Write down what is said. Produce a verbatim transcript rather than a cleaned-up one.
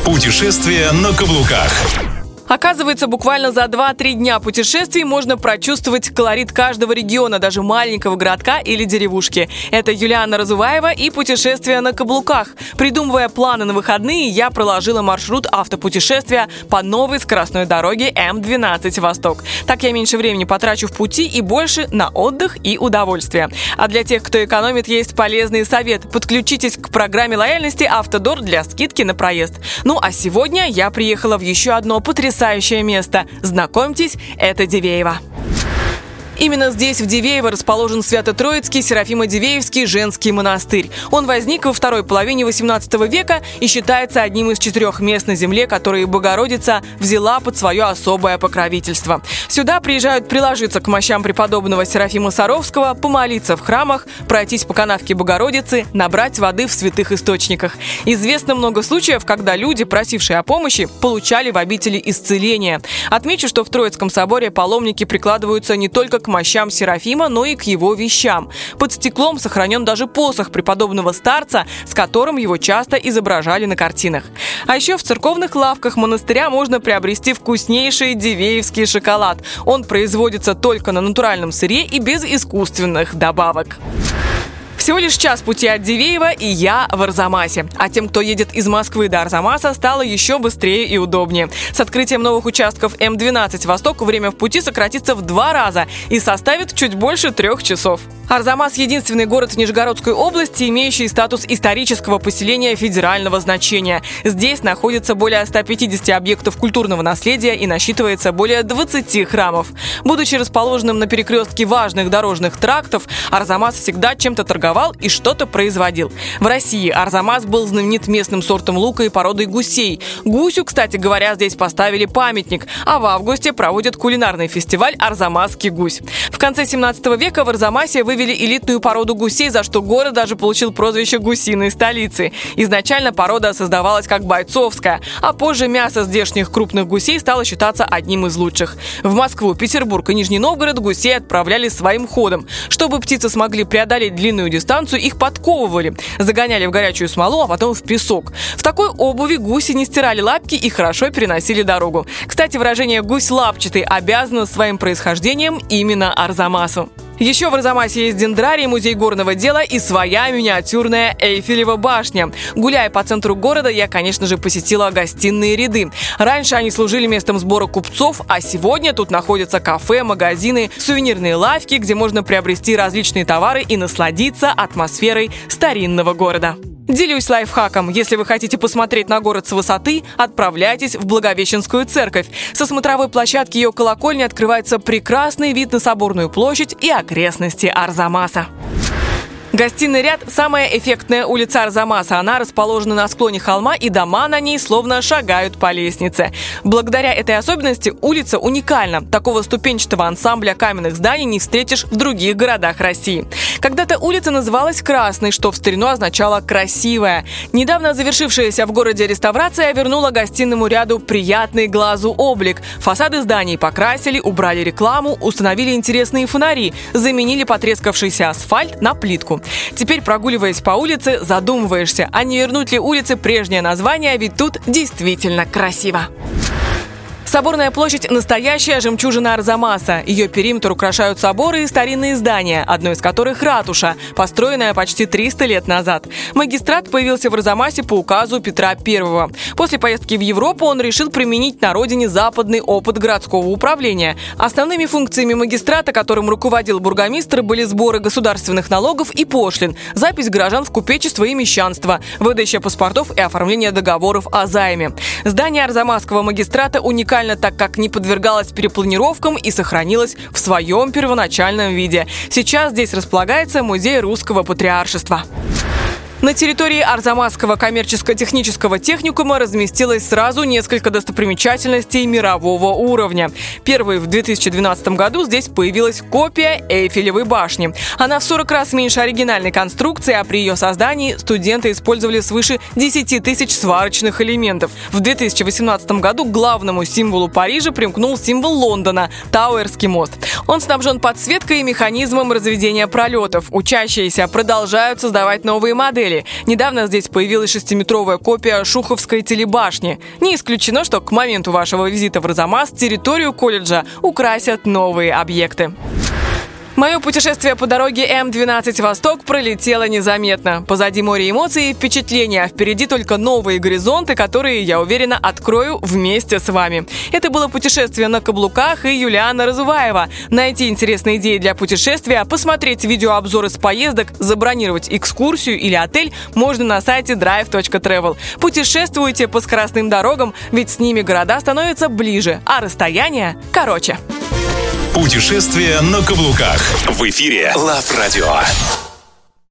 Путешествие на каблуках. Оказывается, буквально за два-три дня путешествий можно прочувствовать колорит каждого региона, даже маленького городка или деревушки. Это Юлиана Разуваева и «Путешествие на каблуках». Придумывая планы на выходные, я проложила маршрут автопутешествия по новой скоростной дороге эм двенадцать «Восток». Так я меньше времени потрачу в пути и больше на отдых и удовольствие. А для тех, кто экономит, есть полезный совет. Подключитесь к программе лояльности «Автодор» для скидки на проезд. Ну а сегодня я приехала в еще одно потрясающее Потрясающее место. Знакомьтесь, это Дивеево. Именно здесь, в Дивеево, расположен Свято-Троицкий Серафимо-Дивеевский женский монастырь. Он возник во второй половине восемнадцатого века и считается одним из четырех мест на земле, которые Богородица взяла под свое особое покровительство. Сюда приезжают приложиться к мощам преподобного Серафима Саровского, помолиться в храмах, пройтись по канавке Богородицы, набрать воды в святых источниках. Известно много случаев, когда люди, просившие о помощи, получали в обители исцеления. Отмечу, что в Троицком соборе паломники прикладываются не только к мощам Серафима, но и к его вещам. Под стеклом сохранен даже посох преподобного старца, с которым его часто изображали на картинах. А еще в церковных лавках монастыря можно приобрести вкуснейший дивеевский шоколад. Он производится только на натуральном сыре и без искусственных добавок. Всего лишь час пути от Дивеева, и я в Арзамасе. А тем, кто едет из Москвы до Арзамаса, стало еще быстрее и удобнее. С открытием новых участков эм двенадцать «Восток» время в пути сократится в два раза и составит чуть больше трех часов. Арзамас – единственный город в Нижегородской области, имеющий статус исторического поселения федерального значения. Здесь находится более ста пятидесяти объектов культурного наследия и насчитывается более двадцати храмов. Будучи расположенным на перекрестке важных дорожных трактов, Арзамас всегда чем-то торговал и что-то производил. В России Арзамас был знаменит местным сортом лука и породой гусей. Гусю, кстати говоря, здесь поставили памятник, а в августе проводят кулинарный фестиваль «Арзамасский гусь». В конце семнадцатого века в Арзамасе вывели элитную породу гусей, за что город даже получил прозвище «гусиной столицы». Изначально порода создавалась как бойцовская, а позже мясо здешних крупных гусей стало считаться одним из лучших. В Москву, Петербург и Нижний Новгород гусей отправляли своим ходом. Чтобы птицы смогли преодолеть длинную дистанцию, их подковывали, загоняли в горячую смолу, а потом в песок. В такой обуви гуси не стирали лапки и хорошо переносили дорогу. Кстати, выражение «гусь лапчатый» обязано своим происхождением именно Арзамасу. Еще в Арзамасе есть дендрарий, музей горного дела и своя миниатюрная Эйфелева башня. Гуляя по центру города, я, конечно же, посетила гостиные ряды. Раньше они служили местом сбора купцов, а сегодня тут находятся кафе, магазины, сувенирные лавки, где можно приобрести различные товары и насладиться атмосферой старинного города. Делюсь лайфхаком. Если вы хотите посмотреть на город с высоты, отправляйтесь в Благовещенскую церковь. Со смотровой площадки ее колокольни открывается прекрасный вид на Соборную площадь и окрестности Арзамаса. Гостиный ряд – самая эффектная улица Арзамаса. Она расположена на склоне холма, и дома на ней словно шагают по лестнице. Благодаря этой особенности улица уникальна. Такого ступенчатого ансамбля каменных зданий не встретишь в других городах России. Когда-то улица называлась Красной, что в старину означало «красивая». Недавно завершившаяся в городе реставрация вернула гостиному ряду приятный глазу облик. Фасады зданий покрасили, убрали рекламу, установили интересные фонари, заменили потрескавшийся асфальт на плитку. Теперь, прогуливаясь по улице, задумываешься, а не вернуть ли улице прежнее название, ведь тут действительно красиво. Соборная площадь – настоящая жемчужина Арзамаса. Ее периметр украшают соборы и старинные здания, одно из которых – ратуша, построенная почти триста лет назад. Магистрат появился в Арзамасе по указу Петра Первого. После поездки в Европу он решил применить на родине западный опыт городского управления. Основными функциями магистрата, которым руководил бургомистр, были сборы государственных налогов и пошлин, запись горожан в купечество и мещанство, выдача паспортов и оформление договоров о займе. Здание Арзамасского магистрата уникально, так как не подвергалась перепланировкам и сохранилась в своем первоначальном виде. Сейчас здесь располагается музей русского патриаршества. На территории Арзамасского коммерческо-технического техникума разместилось сразу несколько достопримечательностей мирового уровня. Первой в две тысячи двенадцатом году здесь появилась копия Эйфелевой башни. Она в сорок раз меньше оригинальной конструкции, а при ее создании студенты использовали свыше десяти тысяч сварочных элементов. В две тысячи восемнадцатом году к главному символу Парижа примкнул символ Лондона – Тауэрский мост. Он снабжен подсветкой и механизмом разведения пролетов. Учащиеся продолжают создавать новые модели. цели. Недавно здесь появилась шестиметровая копия Шуховской телебашни. Не исключено, что к моменту вашего визита в Арзамас территорию колледжа украсят новые объекты. Мое путешествие по дороге эм двенадцать «Восток» пролетело незаметно. Позади море эмоций и впечатлений, а впереди только новые горизонты, которые, я уверена, открою вместе с вами. Это было путешествие на каблуках и Юлиана Разуваева. Найти интересные идеи для путешествия, посмотреть видеообзоры с поездок, забронировать экскурсию или отель можно на сайте драйв точка трэвел. Путешествуйте по скоростным дорогам, ведь с ними города становятся ближе, а расстояния короче. Путешествие на каблуках. В эфире Лав Радио.